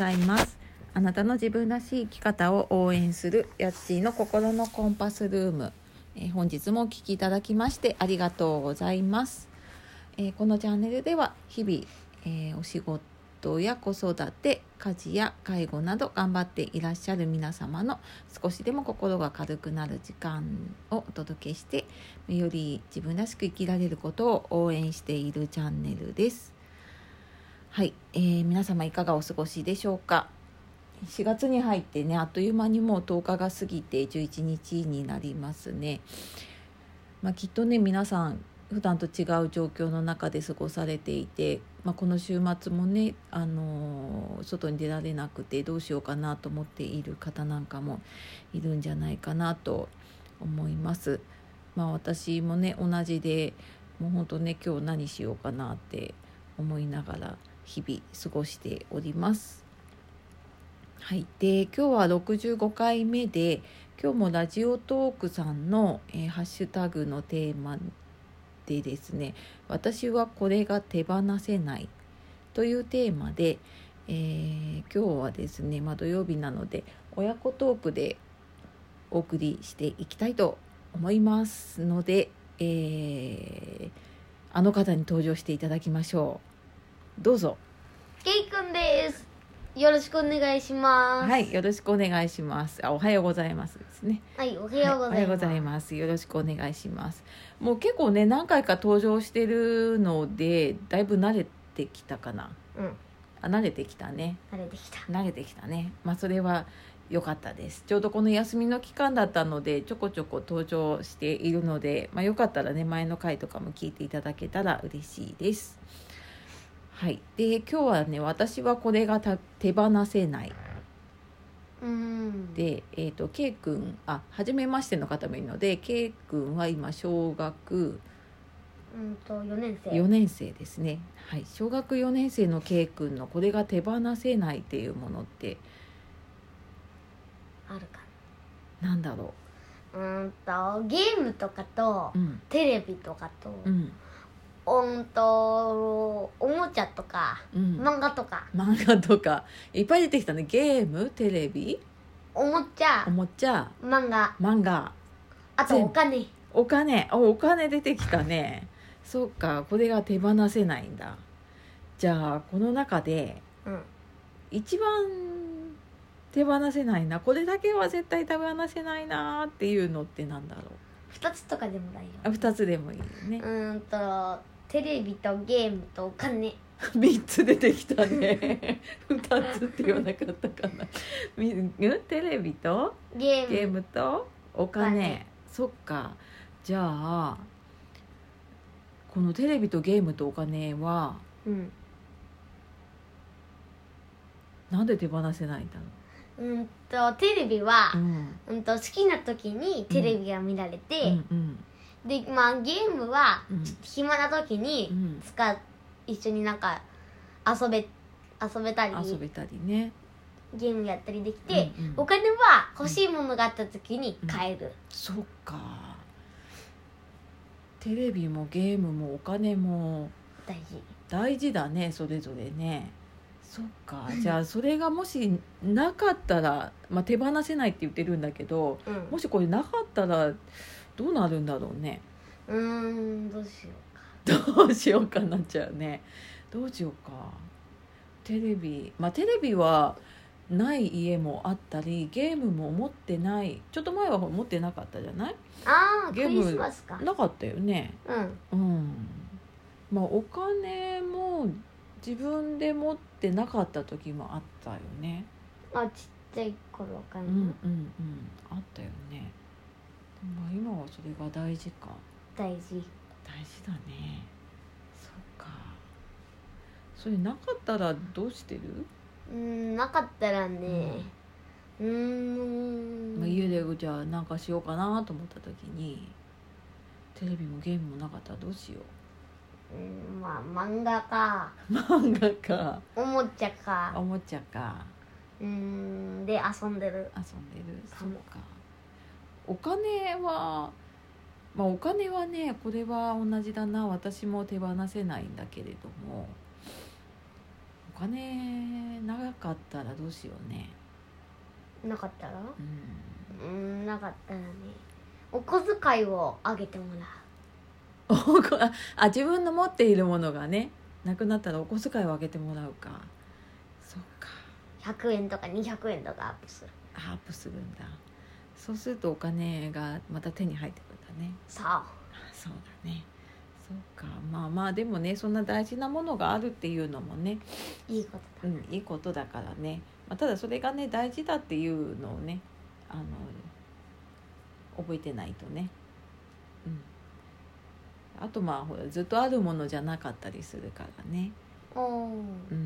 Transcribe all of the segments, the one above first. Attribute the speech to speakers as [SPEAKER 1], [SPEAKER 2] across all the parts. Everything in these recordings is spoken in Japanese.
[SPEAKER 1] ざいます。あなたの自分らしい生き方を応援するやっちーの心のコンパスルーム、本日もお聞きいただきましてありがとうございます。このチャンネルでは日々、お仕事や子育て、家事や介護など頑張っていらっしゃる皆様の少しでも心が軽くなる時間をお届けして、より自分らしく生きられることを応援しているチャンネルです。はい、皆様いかがお過ごしでしょうか。4月に入ってね、あっという間にもう10日が過ぎて11日になりますね。きっとね、皆さん普段と違う状況の中で過ごされていて、この週末もね、外に出られなくてどうしようかなと思っている方なんかもいるんじゃないかなと思います。私もね同じで、もう本当ね、今日何しようかなって思いながら日々過ごしております。はい、で今日は65回目で、今日もラジオトークさんの、ハッシュタグのテーマでですね、私はこれが手放せないというテーマで、今日はですね、土曜日なので親子トークでお送りしていきたいと思いますので、あの方に登場していただきましょう。どうぞ。
[SPEAKER 2] ケイくんです。よろしくお願いします。
[SPEAKER 1] はい、よろしくお願いします。おはようございますですね。
[SPEAKER 2] はい、おはようございます。
[SPEAKER 1] おはようございます。よろしくお願いします。もう結構ね、何回か登場してるので、だいぶ慣れてきたかな。慣れてきたね。慣れてきたね。それは良かったです。ちょうどこの休みの期間だったので、ちょこちょこ登場しているので、よかったらね、前の回とかも聞いていただけたら嬉しいです。はい、で今日はね、私はこれが手放せないで、K 君、初めましての方もいるので、 K 君は今小学4年生ですね。はい、小学4年生の K 君のこれが手放せないっていうものって
[SPEAKER 2] あるか
[SPEAKER 1] な。なんだろ
[SPEAKER 2] う。ゲームとかと、テレビとかと、おもちゃとか、漫画とか
[SPEAKER 1] いっぱい出てきたね。ゲーム、テレビ、
[SPEAKER 2] おもちゃ、漫画、あとお金
[SPEAKER 1] 出てきたね。そうか、これが手放せないんだ。じゃあこの中で、一番手放せないな、これだけは絶対手放せないなっていうのってなんだろう。
[SPEAKER 2] 2つとかでもないよ。
[SPEAKER 1] 2つでもいいよね。
[SPEAKER 2] テレビとゲームとお金。
[SPEAKER 1] 3つ出てきたね。2つって言わなかったかな。テレビとゲームとお金。そっか。じゃあこのテレビとゲームとお金は、なんで手放せないんだろう。
[SPEAKER 2] テレビは、好きな時にテレビが見られて、でゲームは、暇な時に一緒になんか遊べたり
[SPEAKER 1] ね、
[SPEAKER 2] ゲームやったりできて、お金は欲しいものがあった時に買える。
[SPEAKER 1] そっか。テレビもゲームもお金も大事だね、それぞれね。そっか。じゃあそれがもしなかったら、手放せないって言ってるんだけど、もしこれなかったらどうなるんだろうね。
[SPEAKER 2] どうしようか
[SPEAKER 1] なっちゃうね。どうしようか。テレビはない家もあったり、ゲームも持ってない、ちょっと前は持ってなかったじゃない。
[SPEAKER 2] ゲーム
[SPEAKER 1] なかったよね。お金も自分で持ってなかった時もあったよね。
[SPEAKER 2] ちっちゃい頃かな。
[SPEAKER 1] あったよね。今はそれが大事か。
[SPEAKER 2] 大事
[SPEAKER 1] だね。そっか。それなかったらどうしてる？
[SPEAKER 2] なかったらね、
[SPEAKER 1] 家でじゃあなんかしようかなと思った時に、テレビもゲームもなかったらどうしよう。
[SPEAKER 2] 漫画かおもちゃかで遊んでる。
[SPEAKER 1] そうか。お金はね、これは同じだな。私も手放せないんだけれども、お金長かったらどうしようね。
[SPEAKER 2] なかったらなかったらね、お小遣いをあげてもらう。
[SPEAKER 1] 自分の持っているものがねなくなったらお小遣いをあげてもらうか。そうか。
[SPEAKER 2] 100円とか200円とかアップする。
[SPEAKER 1] アップするんだ。そうするとお金がまた手に入ってくるんだね。
[SPEAKER 2] そう
[SPEAKER 1] だね。そうか。まあでもね、そんな大事なものがあるっていうのもね、
[SPEAKER 2] いいことだ。
[SPEAKER 1] いいことだからね。ただそれがね大事だっていうのをね覚えてないとね。あとほらずっとあるものじゃなかったりするからね。そう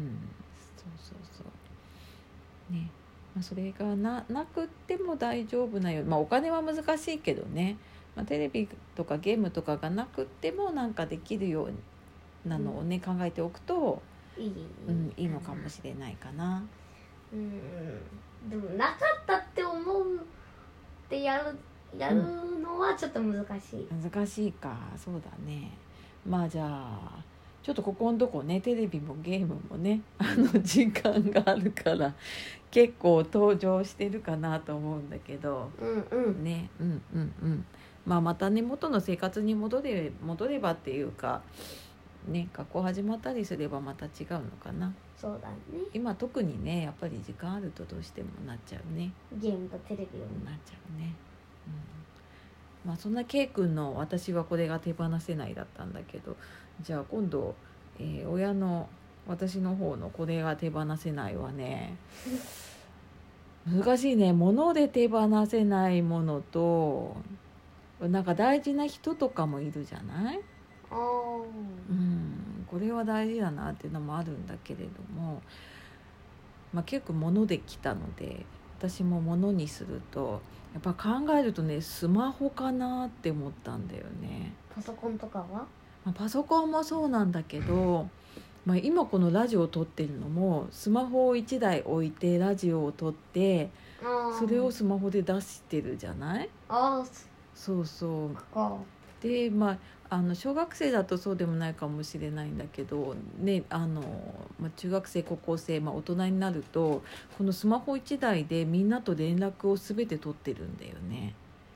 [SPEAKER 1] ね。それがなくっても大丈夫なように、お金は難しいけどね、テレビとかゲームとかがなくってもなんかできるようなのをね、考えておくといいのかもしれないかな。
[SPEAKER 2] でもなかったって思うってやるのはちょっと難しい。
[SPEAKER 1] 難しいか。そうだね。じゃあちょっとここのとこね、テレビもゲームもね時間があるから結構登場してるかなと思うんだけど、ね。またね元の生活に戻ればっていうかね、学校始まったりすればまた違うのかな。
[SPEAKER 2] そうだね。
[SPEAKER 1] 今特にねやっぱり時間あるとどうしてもなっちゃうね。
[SPEAKER 2] ゲームとテレビを
[SPEAKER 1] なっちゃうね。そんな K 君の私はこれが手放せないだったんだけど、じゃあ今度、親の私の方のこれが手放せないはね難しいね。物で手放せないものとなんか大事な人とかもいるじゃない。これは大事だなっていうのもあるんだけれども、結構物で来たので私も物にするとやっぱ考えるとねスマホかなって思ったんだよね。
[SPEAKER 2] パソコンとかは？
[SPEAKER 1] パソコンもそうなんだけど、今このラジオを撮ってるのもスマホを1台置いてラジオを撮ってそれをスマホで出してるじゃない。そうで小学生だとそうでもないかもしれないんだけどね、中学生高校生、大人になるとこのスマホ1台でみんなと連絡を全て取ってるんだよね。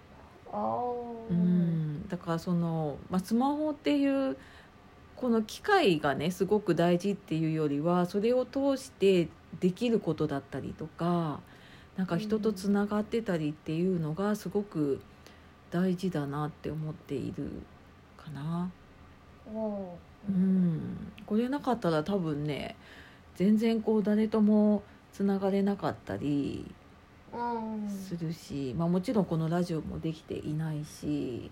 [SPEAKER 1] だからスマホっていうこの機械がねすごく大事っていうよりはそれを通してできることだったりとかなんか人とつながってたりっていうのがすごく大事だなって思っているかな。これなかったら多分ね全然誰ともつながれなかったりするし、もちろんこのラジオもできていないし、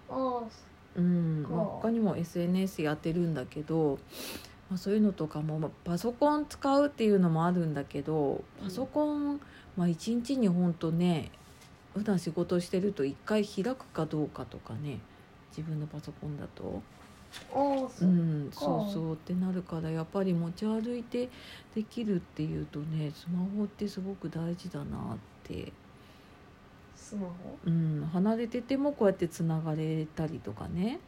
[SPEAKER 1] 他にも SNS やってるんだけど、そういうのとかも、パソコン使うっていうのもあるんだけどパソコン、一日にほんとね普段仕事してると1回開くかどうかとかね、自分のパソコンだとそうってなるからやっぱり持ち歩いてできるっていうとねスマホってすごく大事だなって。
[SPEAKER 2] スマホ？
[SPEAKER 1] 離れててもこうやってつながれたりとかね。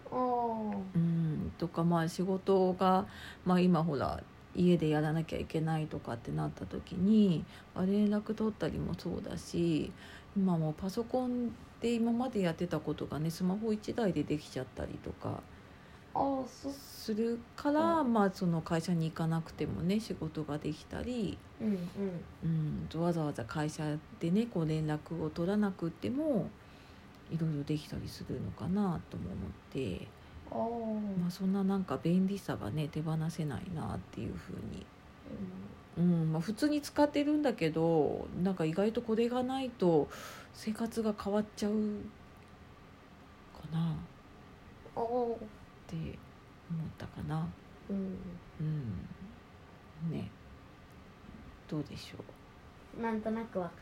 [SPEAKER 1] とか仕事が、今ほら家でやらなきゃいけないとかってなった時に連絡取ったりもそうだし、今もパソコンで今までやってたことがねスマホ1台でできちゃったりとかするから、その会社に行かなくてもね仕事ができたり、わざわざ会社でね連絡を取らなくてもいろいろできたりするのかなとも思って、そんななんか便利さがね手放せないなっていうふうに、普通に使ってるんだけどなんか意外とこれがないと生活が変わっちゃうかなって思ったかな。ね、どうでしょ
[SPEAKER 2] う。なんとなく分かった。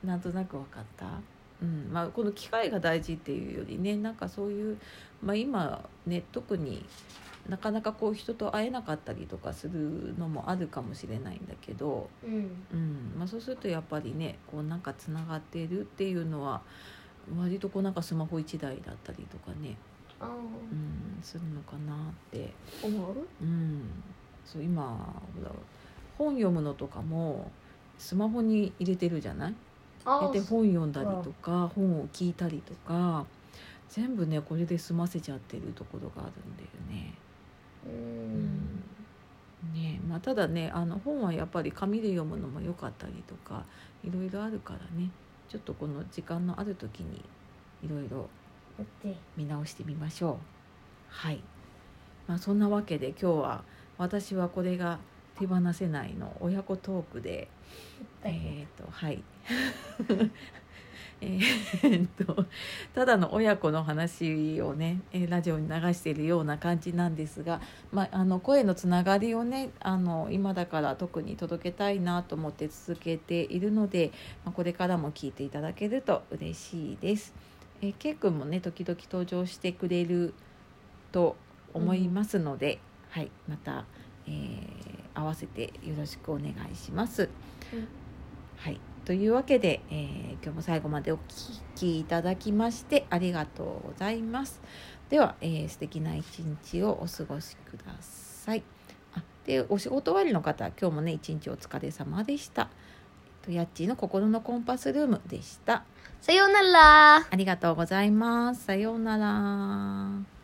[SPEAKER 1] なんとなく分かった。この機会が大事っていうよりねなんかそういう、今ね特になかなか人と会えなかったりとかするのもあるかもしれないんだけど、そうするとやっぱりねなんかつながっているっていうのは割となんかスマホ1台だったりとかね、するのかなって
[SPEAKER 2] 思う。
[SPEAKER 1] そう今ほら本読むのとかもスマホに入れてるじゃない。で本読んだりとか本を聞いたりとか全部ねこれで済ませちゃってるところがあるんだよね。ただね本はやっぱり紙で読むのも良かったりとかいろいろあるからね、ちょっとこの時間のある時にいろいろ見直してみましょう。はい、そんなわけで今日は私はこれが手放せないの親子トークではいただの親子の話をねラジオに流しているような感じなんですが、声のつながりをね今だから特に届けたいなと思って続けているので、これからも聞いていただけると嬉しいです。ケイ君もね時々登場してくれると思いますので、はい、また、合わせてよろしくお願いします。はい、というわけで、今日も最後までお聞きいただきましてありがとうございます。では、素敵な一日をお過ごしください。でお仕事終わりの方は今日もね一日お疲れ様でした。やっちーの心のコンパスルームでした。
[SPEAKER 2] さようなら。
[SPEAKER 1] ありがとうございます。さようなら。